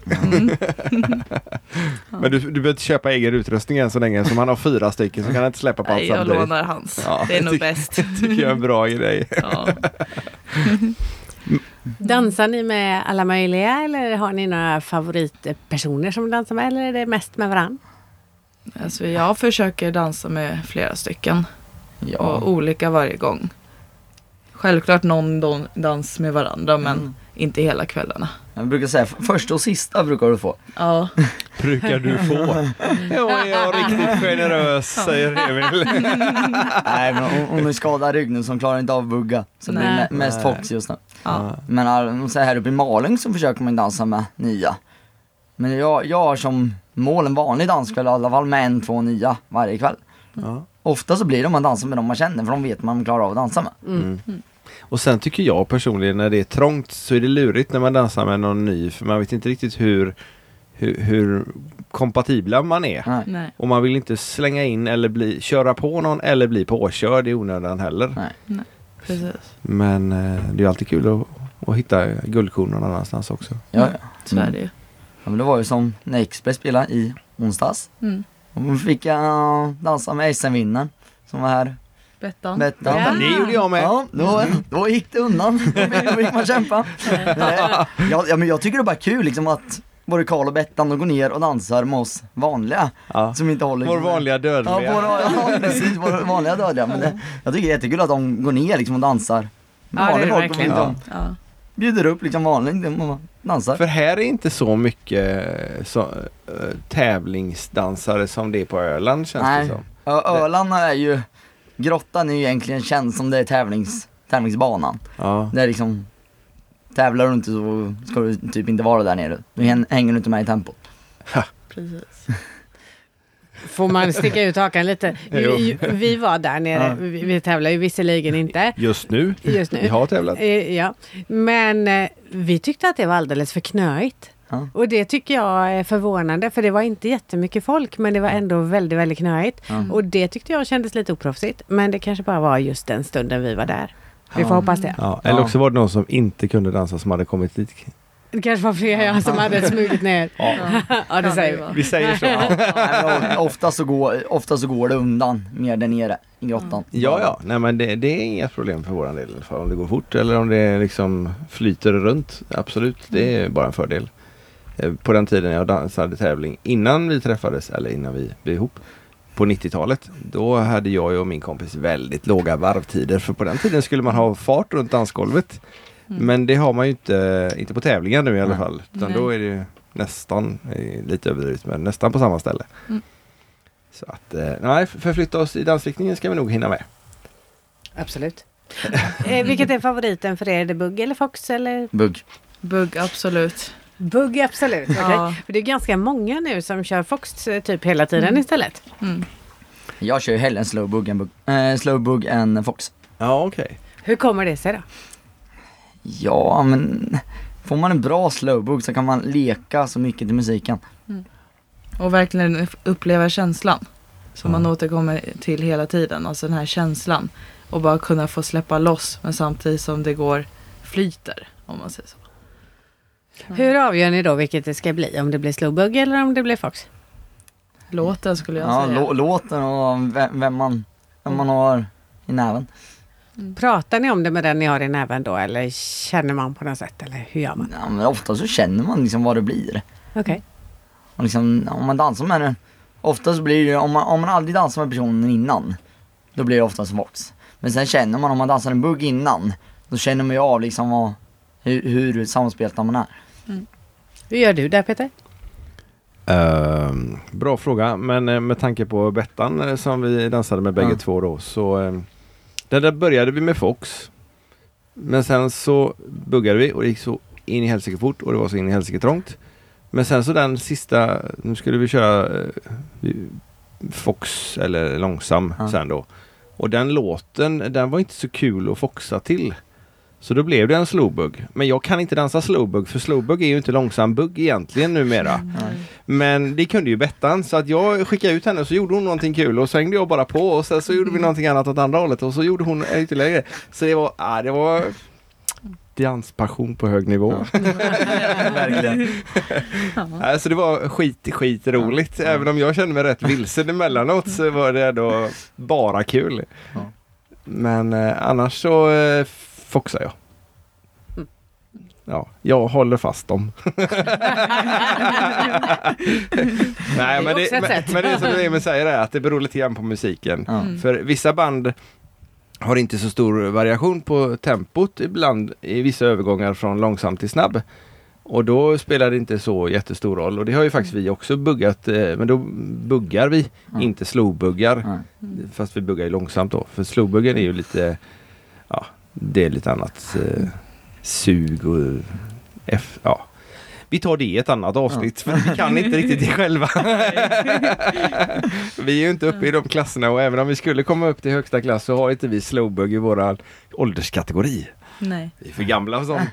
Men du behöver inte köpa egen utrustning än så länge. Som han har 4 stycken så kan han inte släppa på allt samtidigt. Jag lånar hans. Det är nog bäst. Tycker jag är en bra grej. Ja. Dansar ni med alla möjliga eller har ni några favoritpersoner som dansar med eller är det mest med varann? Alltså jag försöker dansa med flera stycken och olika varje gång. Självklart någon dans med varandra men inte hela kvällarna. Jag brukar säga första och sista brukar du få. Ja. Brukar du få? Jag är riktigt generös, säger Emil. Nej, men om du skadar ryggen som klarar inte av bugga så blir det mest Fox just nu. Ja. Men så här uppe i Malung så försöker man dansa med nya. Men jag har som mål en vanlig danskväll i alla fall med 1-2 nya varje kväll. Ja. Ofta så blir det man dansar med dem man känner för de vet man klarar av att dansa med. Och sen tycker jag personligen när det är trångt så är det lurigt när man dansar med någon ny för man vet inte riktigt hur kompatibla man är. Nej. Och man vill inte slänga in eller köra på någon eller bli påkörd i onödan heller. Nej. Precis. Men det är alltid kul att hitta guldkorn någon annanstans också. Ja. Så är det ju. Ja, men det var ju som när Express spelade i onsdags. Och då fick jag dansa med SM-vinnaren som var här. Bettan. Ja. Det gjorde jag med. Ja, då gick det undan. Då fick man kämpa. Men jag tycker det är bara kul liksom att både Karl och Bettan går ner och dansar med oss vanliga. Som inte håller. Vår vanliga dödliga. Ja, precis. Vår vanliga dödliga. Men jag tycker det är jättekul att de går ner liksom och dansar. Ja, det är verkligen. Bjuder upp liksom vanligt och dansar. För här är inte så mycket tävlingsdansare som det är på Öland känns det som. Öland är ju grottan är ju egentligen känd som det är tävlingsbanan. Ja. Det är liksom tävlar du inte så ska du typ inte vara där nere. Du hänger du inte med i tempo. Precis. Får man sticka ut hakan lite? Vi var där nere. Vi tävlar ju visserligen inte. Just nu. Vi har tävlat. Ja. Men vi tyckte att det var alldeles för knöigt. Ja. Och det tycker jag är förvånande. För det var inte jättemycket folk. Men det var ändå väldigt, väldigt knöigt. Och det tyckte jag kändes lite oproffsigt. Men det kanske bara var just den stunden vi var där. Vi får hoppas det. Ja. Eller också var det någon som inte kunde dansa som hade kommit dit. Det kanske var fler som hade smugit ner. Ja, det säger vi. Vi säger så. Ofta så går det undan mer där nere i grottan. Ja. Nej, men det är inga problem för våran del. För om det går fort eller om det liksom flyter runt. Absolut, det är bara en fördel. På den tiden jag dansade tävling innan vi träffades eller innan vi blev ihop på 90-talet, då hade jag och min kompis väldigt låga varvtider. För på den tiden skulle man ha fart runt dansgolvet. Men det har man ju inte på tävlingar nu i alla fall. Utan då är det nästan, lite överdrivet, men nästan på samma ställe. Så att, nej, förflytta oss i dansriktningen ska vi nog hinna med. Absolut. Vilket är favoriten för er? Är det bugg eller fox? Eller? Bugg. Bugg, absolut. Bugg, absolut. Okay. Ja. För det är ganska många nu som kör fox typ hela tiden istället. Jag kör ju hellre en slow bugg än fox. Ja, okej. Hur kommer det sig då? Ja, men får man en bra slow bugg så kan man leka så mycket till musiken. Och verkligen uppleva känslan. Som man återkommer till hela tiden. Alltså den här känslan. Och bara kunna få släppa loss. Men samtidigt som det går flyter. Om man säger så. Hur avgör ni då vilket det ska bli? Om det blir slowbug eller om det blir fox? Låten skulle jag säga. Ja, låten och vem man har i näven. Pratar ni om det med den ni har i näven då? Eller känner man på något sätt? Eller hur gör man? Ja, men ofta så känner man liksom vad det blir. Okej. Och liksom, om man dansar med den, ofta så blir det, om man aldrig dansar med personen innan, då blir det oftast fox. Men sen känner man, om man dansar en bugg innan, då känner man ju av liksom hur samspelta man är. Hur gör du där, Peter? Bra fråga, men med tanke på Bettan som vi dansade med bägge två då, så där började vi med fox. Men sen så buggade vi och det gick så in i helsike fort och det var så in i helsike trångt. Men sen så den sista, nu skulle vi köra fox eller långsam sen då. Och den låten, den var inte så kul att foxa till. Så då blev det en slowbug. Men jag kan inte dansa slowbug, för slowbug är ju inte långsam bugg egentligen numera. Men det kunde ju Bettan, så att jag skickade ut henne och så gjorde hon någonting kul och så hängde jag bara på och sen så gjorde vi någonting annat åt andra hållet och så gjorde hon ytterligare. Så det var danspassion på hög nivå. Verkligen. Så det var skit roligt. Även om jag kände mig rätt vilsen emellanåt så var det då bara kul. Men annars så foxar jag. Ja, jag håller fast dem. Nej, men det som Emil säger är att det beror lite grann på musiken. För vissa band har inte så stor variation på tempot ibland i vissa övergångar från långsam till snabb. Och då spelar det inte så jättestor roll. Och det har ju faktiskt vi också buggat. Men då buggar vi, inte slowbuggar. Fast vi buggar ju långsamt då. För slowbuggen är ju lite, ja, det är lite annat sug och ja. Vi tar det i ett annat avsnitt för vi kan inte riktigt det själva. Vi är ju inte uppe i de klasserna och även om vi skulle komma upp till högsta klass så har inte vi slowbug i våra ålderskategori. Nej. Vi är för gamla och sånt.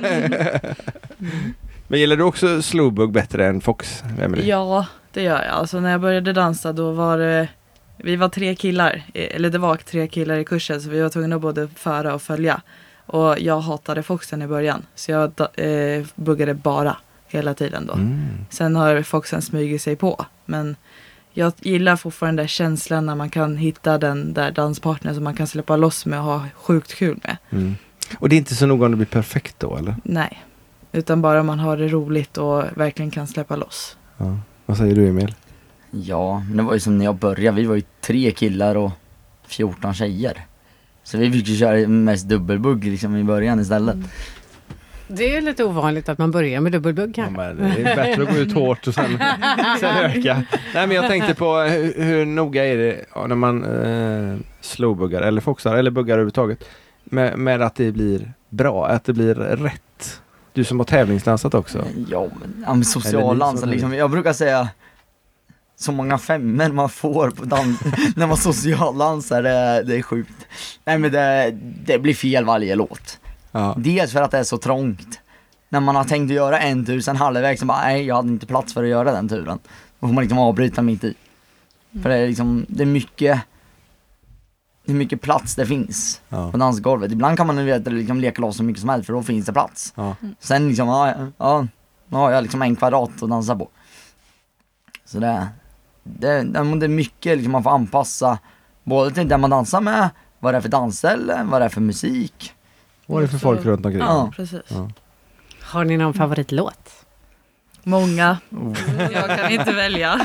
Men gillar du också slowbug bättre än fox, Emily? Ja, det gör jag. Alltså när jag började dansa då var det, vi var 3 killar, eller det var 3 killar i kursen så vi var tvungna att både föra och följa. Och jag hatade foxen i början. Så jag buggade bara hela tiden då. Sen har foxen smugit sig på. Men jag gillar fortfarande den känslan när man kan hitta den där danspartnern som man kan släppa loss med och ha sjukt kul med. Och det är inte så noga om det blir perfekt då, eller? Nej. Utan bara man har det roligt och verkligen kan släppa loss. Ja. Vad säger du, Emil? Ja, det var ju som när jag började. Vi var ju 3 killar och 14 tjejer. Så vi fick ju köra mest dubbelbugg liksom i början istället. Det är ju lite ovanligt att man börjar med dubbelbugg kanske. Ja, det är bättre att gå ut hårt och sen öka. Nej, men jag tänkte på hur noga är det när man slowbuggar eller foxar eller buggar överhuvudtaget med att det blir bra, att det blir rätt. Du som har tävlingsdansat också. Ja, men socialdansa liksom. Jag brukar säga så många 5 man får på när man socialdansar, det är sjukt. Nej, men det blir fel varje låt. Ja. Dels för att det är så trångt. När man har tänkt att göra en tur, sen halvvägs så bara, nej, jag hade inte plats för att göra den turen. Då får man liksom avbryta mitt i. För det är liksom, det är mycket plats det finns på dansgolvet. Ibland kan man liksom leka loss så mycket som helst för då finns det plats. Sen liksom, ja, har jag liksom 1 kvadrat att dansa på. Så det är mycket liksom man får anpassa både till det man dansar med, vad det är för dansställe, vad det är för musik. Vad är det för folk runt omkring? Ja, precis. Ja. Har ni någon favoritlåt? Många. Jag kan inte välja.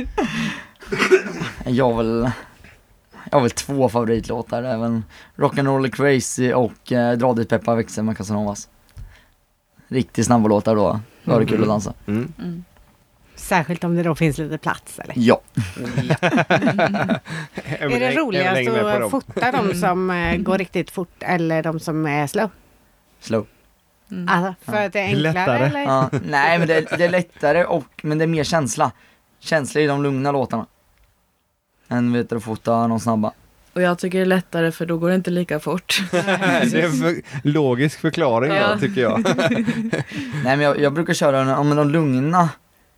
Jag har väl 2 favoritlåtar. Även Rock'n'Roll Crazy och Dra dit Peppa växer med Casanovas. Riktigt snabba låtar då. Då är det kul att dansa. Särskilt om det då finns lite plats, eller? Ja. Är det roligast att fota de som går riktigt fort eller de som är slow? Slow. Alltså, för att det är enklare, Lättare. eller? Ja, nej, men det är lättare men det är mer känsla. Känsla i de lugna låtarna. Än att fota de snabba. Och jag tycker det är lättare för då går det inte lika fort. Det är en logisk förklaring då, tycker jag. Nej, men jag brukar köra om de lugna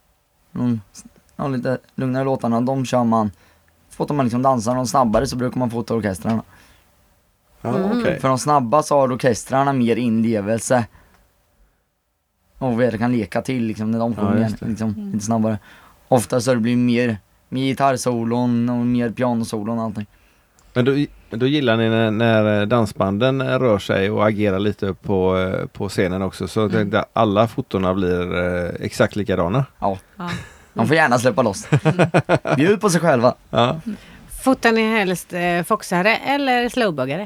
lite lugnare låtarna, de kör man. Fotar man liksom dansar de snabbare så brukar man fota orkestrarna. Okay. För de snabba så har orkestrarna mer inlevelse. Och vi kan leka till liksom, när de kommer liksom, lite snabbare. Ofta så det blir mer gitarrsolon och mer pianosolon och allting. Men då gillar ni när dansbanden rör sig och agerar lite på scenen också, så alla fotorna blir exakt likadana. Ja. De får gärna släppa loss. Bjud på sig själva. Ja. Fotar ni helst foxare eller slowbuggare?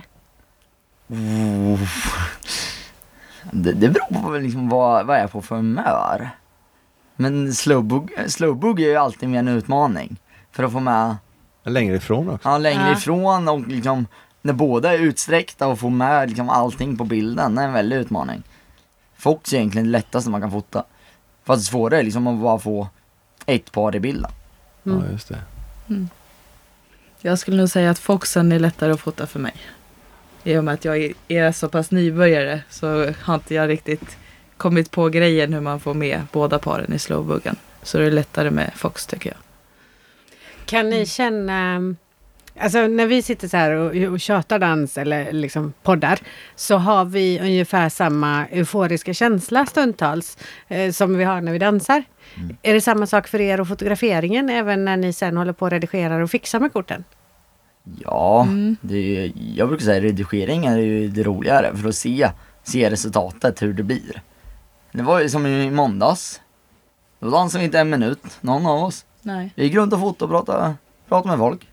Det beror på liksom vad jag är på för humör. Men slowbug är ju alltid mer en utmaning. För att få med... Längre ifrån också. Ja, längre ifrån och liksom... När båda är utsträckta och få med liksom allting på bilden, det är en väldig utmaning. Fox är egentligen det lättaste man kan fota. Fast det svåra är liksom att bara få ett par i bilden. Ja, just det. Jag skulle nog säga att foxen är lättare att fota för mig. I och med att jag är så pass nybörjare så har inte jag riktigt kommit på grejen hur man får med båda paren i slowbuggen. Så det är lättare med fox, tycker jag. Kan ni känna... Alltså när vi sitter så här och tjatar dans eller liksom poddar, så har vi ungefär samma euforiska känsla stundtals som vi har när vi dansar. Är det samma sak för er och fotograferingen även när ni sen håller på och redigerar och fixar med korten? Ja, jag brukar säga redigering är ju det roligare för att se resultatet, hur det blir. Det var ju som i måndags. Då dansade vi inte en minut, någon av oss. Nej. Vi gick runt och fotade och pratade med folk.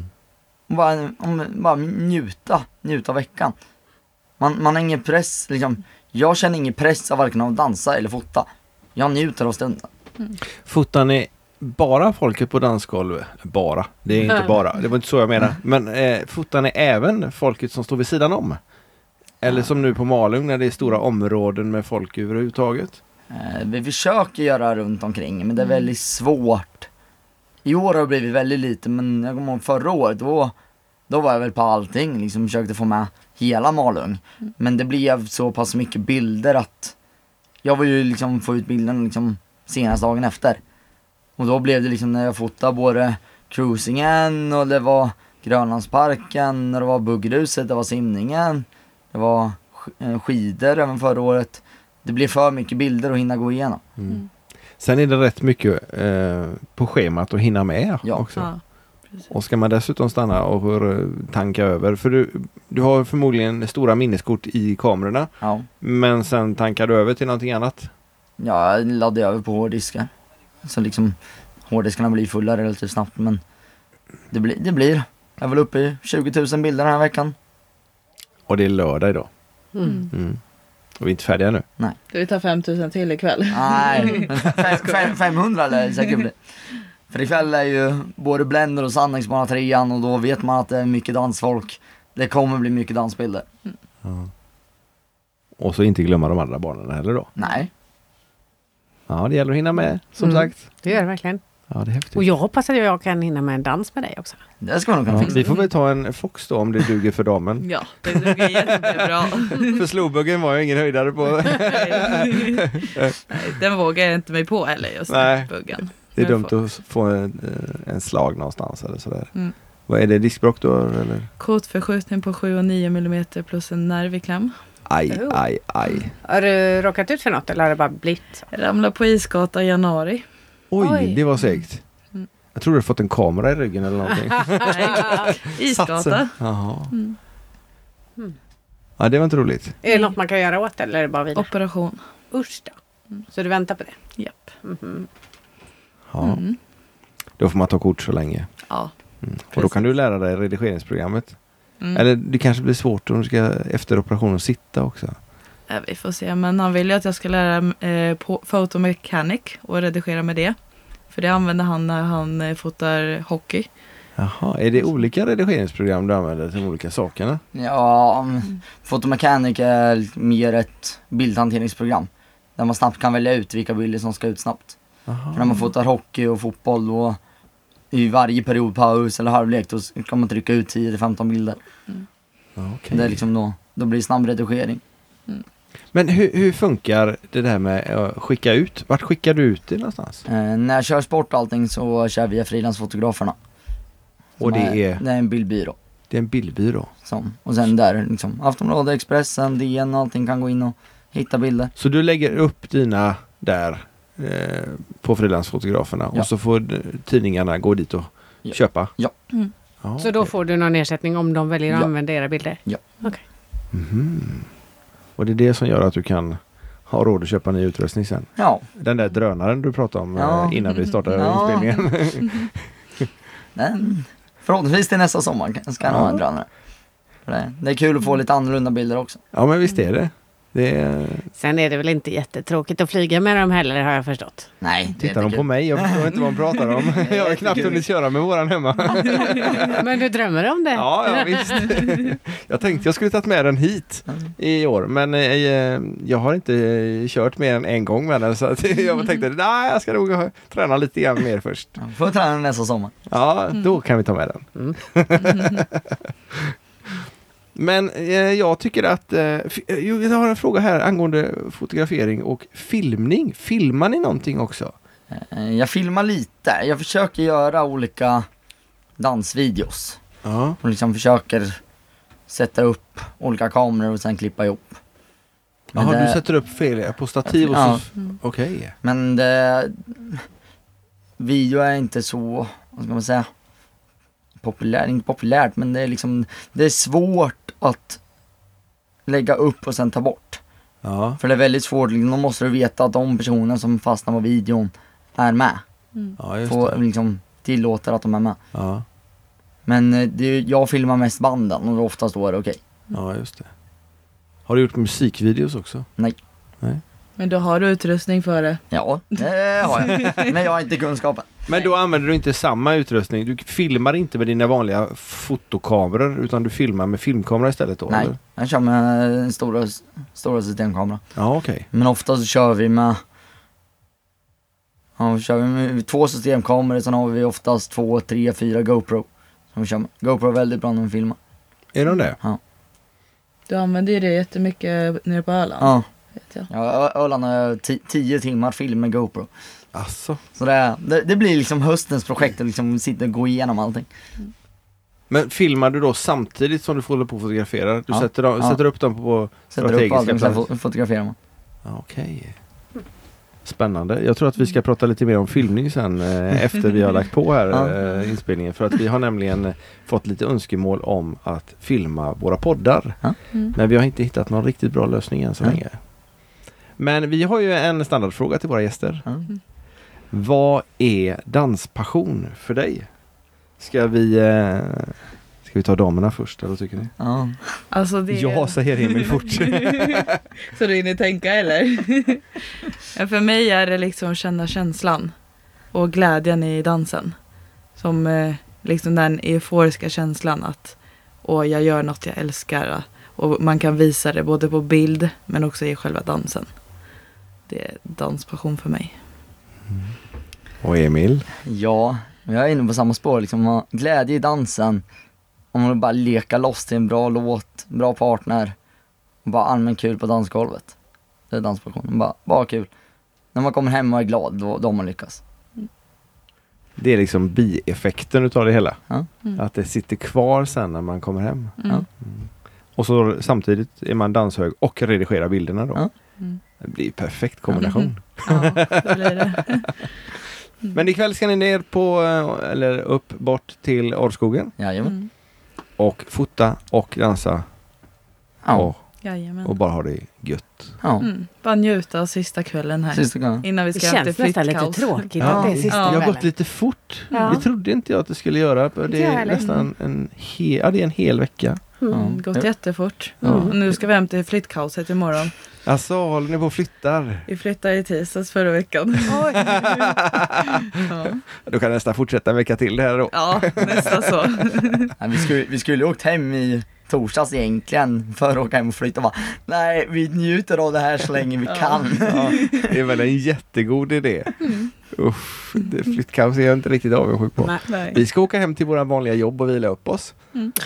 Bara njuta av veckan. Man har ingen press liksom. Jag känner ingen press av varken att dansa eller fota. Jag njuter av stunden. Fotar ni bara folket på dansgolvet? Bara, det är inte bara. Det var inte så jag menar. Men fotar ni även folket som står vid sidan om? Eller som nu på Malung när det är stora områden med folk överhuvudtaget? Vi försöker göra runt omkring, men det är väldigt svårt. I år har det blivit väldigt lite, men jag kommer ihåg förra året, då var jag väl på allting, liksom försökte få med hela Malung. Men det blev så pass mycket bilder att jag var ju liksom få ut bilden liksom senaste dagen efter. Och då blev det liksom när jag fotade både cruisingen och det var Grönlandsparken, och det var buggruset, det var simningen, det var skidor även förra året. Det blev för mycket bilder att hinna gå igenom. Sen är det rätt mycket på schemat att hinna med också. Ja, och ska man dessutom stanna och tanka över. För du har förmodligen stora minneskort i kamerorna. Ja. Men sen tankar du över till någonting annat? Ja, jag laddade över på hårddiskar. Så liksom hårddiskarna blir fulla relativt snabbt. Men det blir. Jag är väl uppe i 20 000 bilder den här veckan. Och det är lördag idag. Och vi är inte färdiga nu. Nej. Ska vi ta 5 000 till ikväll? Nej, 500 eller säkert blir. För ikväll är ju både Blender och Sandningsbana 3an och då vet man att det är mycket dansfolk. Det kommer bli mycket dansbilder. Och så inte glömma de andra barnen heller då. Nej. Ja, det gäller att hinna med, som sagt. Det gör det verkligen. Ja, det är häftigt. Och jag hoppas att jag kan hinna med en dans med dig också. Det ska man nog kunna fixa. Vi får väl ta en fox då om det duger för damen. Ja, det duger jättebra. För slowbuggen var jag ingen höjdare på. Nej, den vågar jag inte mig på heller just buggen. Det är dumt att få en slag någonstans eller sådär. Vad är det, diskbråck då? Eller? Kotförskjutning på 7 och 9 mm plus en nerv i kläm. Aj. Har du råkat ut för något eller har det bara blivit? Ramla på isgata i januari. Oj, det var segt. Jag tror du har fått en kamera i ryggen eller någonting. Nej, isgata. Jaha. Ja, det var inte roligt. Är det något man kan göra åt eller är det bara vidare? Operation. Usch då. Så du väntar på det? Japp. Ja. Då får man ta kort så länge. Ja. Och då kan du lära dig redigeringsprogrammet. Eller det kanske blir svårt om du ska efter operationen sitta också. Vi får se, men han vill ju att jag ska lära på photomechanic och redigera med det. För det använder han när han fotar hockey. Jaha, är det olika redigeringsprogram du använder till de olika sakerna? Ja, photomechanic är mer ett bildhanteringsprogram. Där man snabbt kan välja ut vilka bilder som ska ut snabbt. Aha. För när man fotar hockey och fotboll då i varje period paus eller halvlek då kan man trycka ut 10-15 bilder. Okay. Det är liksom då blir det snabb redigering. Men hur funkar det där med att skicka ut? Vart skickar du ut det någonstans? När jag kör sport och allting så kör vi frilansfotograferna. Och det är en bildbyrå. Det är en bildbyrå. Och sen där liksom Aftonbladet, Expressen, DN och allting kan gå in och hitta bilder. Så du lägger upp dina där på frilansfotograferna och så får tidningarna gå dit och köpa? Ja. Ja, så då får du någon ersättning om de väljer att använda era bilder? Ja. Okay. Och det är det som gör att du kan ha råd att köpa ny utrustning sen? Ja. Den där drönaren du pratade om innan vi startade inspelningen. Men förhoppningsvis till nästa sommar ska jag ha en drönare. Det är kul att få lite annorlunda bilder också. Ja, men visst är det. Sen är det väl inte jättetråkigt att flyga med dem heller, har jag förstått. Nej. Tittar de på mig? Jag förstår inte vad de pratar om. Jag har knappt hunnit köra med våran hemma. Men du drömmer om det? Ja, visst. Jag tänkte jag skulle tagit med den hit i år. Men jag har inte kört mer än en gång med den. Så att jag tänkte, nej, jag ska nog träna lite grann mer först. Får träna nästa sommar. Ja, då kan vi ta med den. Men jag tycker att jag har en fråga här angående fotografering och filmning. Filmar ni någonting också? Jag filmar lite. Jag försöker göra olika dansvideos. Ja. Och liksom försöker sätta upp olika kameror och sen klippa ihop. Jaha, du sätter upp fel på stativ och så... Okej. Men video är inte så, vad ska man säga, inte populärt, men det är liksom, det är svårt att lägga upp och sen ta bort. Ja. För det är väldigt svårt, liksom, då måste du veta att de personer som fastnar på videon är med. Ja, just och det. liksom tillåter att de är med. Ja. Men jag filmar mest banden och oftast då är det okej. Ja, just det. Har du gjort musikvideos också? Nej. Men då har du utrustning för det? Ja, det har jag. Men jag har inte kunskapen. Men då använder du inte samma utrustning? Du filmar inte med dina vanliga fotokameror utan du filmar med filmkamera istället då? Nej, eller? jag kör med en stora systemkamera. Ja, okej. Men ofta så kör vi med två systemkameror, sen har vi oftast 2, 3, 4 GoPro. Som vi kör med. GoPro är väldigt bra när vi filmar. Är de det? Ja. Du använder ju det jättemycket nere på Öland. Ja. Vet jag. Ja, Öland har 10 timmar film med GoPro. Asså. Så det blir liksom höstens projekt att liksom sitta och gå igenom allting. Men filmar du då samtidigt som du håller på att fotografera? Du sätter upp dem på sätter upp strategiska allting, plats? sen fotograferar man. Ja, okej. Spännande. Jag tror att vi ska prata lite mer om filmning sen efter vi har lagt på här inspelningen. För att vi har nämligen fått lite önskemål om att filma våra poddar. Men vi har inte hittat någon riktigt bra lösning än så länge. Men vi har ju en standardfråga till våra gäster. Vad är danspassion för dig? Ska vi ta damerna först, eller tycker ni? Ja. Alltså det... Ja, säger Emil fort. Så du hinner tänka, eller? Ja, för mig är det liksom känna känslan och glädjen i dansen. Som liksom den euforiska känslan att jag gör något jag älskar. Och man kan visa det både på bild men också i själva dansen. Det är danspassion för mig. Och Emil? Ja, jag är inne på samma spår. Liksom, ha glädje i dansen. Om man bara leka loss till en bra låt, bra partner. Och bara allmänt kul på dansgolvet. Det är danspassion. Bara kul. När man kommer hem och är glad, då har man lyckats. Det är liksom bieffekten utav det hela. Ja. Att det sitter kvar sen när man kommer hem. Ja. Och så samtidigt är man danshög och redigerar bilderna då. Ja. Det blir perfekt kombination. Ja, det blir det. Men ikväll ska ni ner på, eller upp bort till Orrskogen. Jajamän. Och fota och dansa. Ja. Och bara ha det gött. Ja. Bara njuta av sista kvällen här. Sista gången. Innan vi Det ska hem till känns nästan lite flyttkaos. tråkigt att det är sista Det har kvällen. gått lite fort. Ja. Det trodde inte jag att det skulle göra. Det är nästan det är en hel vecka. Gått jättefort. Ja. Och nu ska vi hem till flyttkaoset imorgon. Alltså, håller ni på och flyttar? Vi flyttade i tisdags förra veckan. Ja. Då kan jag nästan fortsätta en vecka till det här då. Ja, nästan så. Vi skulle åkt hem i torsdags egentligen för att åka hem och flytta. Bara, nej, vi njuter av det här så länge vi kan. Ja, det är väl en jättegod idé. Flyttkaos är jag inte riktigt avundsjuk på. Nej. Vi ska åka hem till våra vanliga jobb och vila upp oss.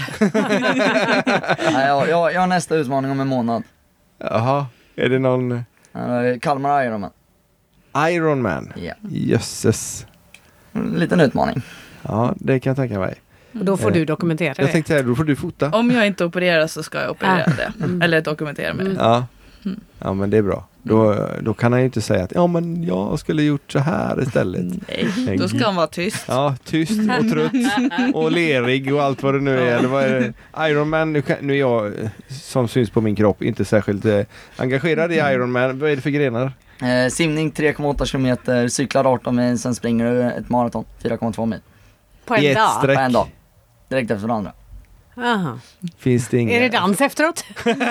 Nej, jag har nästa utmaning om en månad. Jaha, är det någon... Kalmar Ironman. Ironman? Ja. Jösses. En liten utmaning. Ja, det kan jag tänka mig. Och då får du dokumentera det. Jag tänkte säga, då får du fota. Om jag inte opererar så ska jag operera det. Eller dokumentera mig. Ja, men det är bra. Då kan han ju inte säga att ja, men jag skulle gjort så här istället. Nej, då ska han vara tyst. Ja, tyst och trött och lerig och allt vad det nu är. Eller vad är det? Ironman, nu är jag som syns på min kropp inte särskilt engagerad i Ironman. Vad är det för grenar? Simning 3,8 kilometer, cyklar 18 mil, sen springer du ett maraton 4,2 mil. På en I ett dag? streck. På en dag. Direkt efter varandra. Aha. Finns det inga... Är det dans efteråt?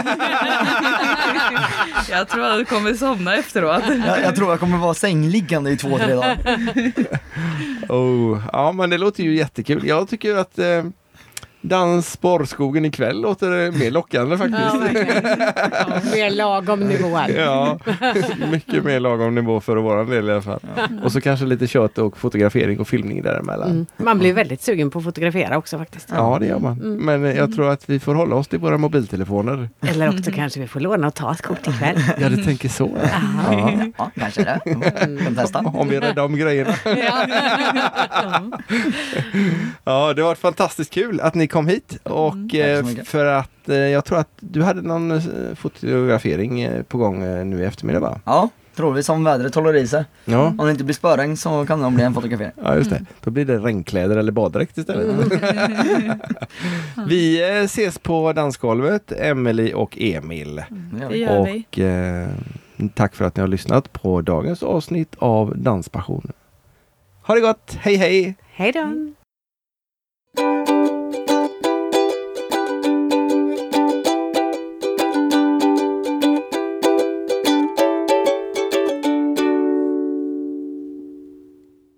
Jag tror att du kommer somna efteråt. Jag tror jag kommer vara sängliggande i 2-3 dagar. Ja, men det låter ju jättekul. Jag tycker att dans Sporrskogen ikväll låter mer lockande faktiskt. Ja, mer lagom nivå. Ja, mycket mer lagom nivå för våran del i alla fall. Och så kanske lite kött och fotografering och filmning däremellan. Man blir väldigt sugen på att fotografera också faktiskt. Ja, det gör man. Men jag tror att vi får hålla oss till våra mobiltelefoner. Eller också kanske vi får låna och ta ett kort ikväll. Ja, du tänker så. Ja, kanske det. Kan testa. Om vi räddar om grejerna. Ja, det var fantastiskt kul att ni kom hit. Och för att jag tror att du hade någon fotografering på gång nu i eftermiddag, va? Ja, tror vi som vädret håller i sig. Ja. Om det inte blir spöregn så kan det bli en fotografering. Ja, just det. Då blir det regnkläder eller baddräkt istället. Vi ses på dansgolvet, Emily och Emil. Det gör vi. Och tack för att ni har lyssnat på dagens avsnitt av Danspassion. Ha det gott, hej hej! Hej då!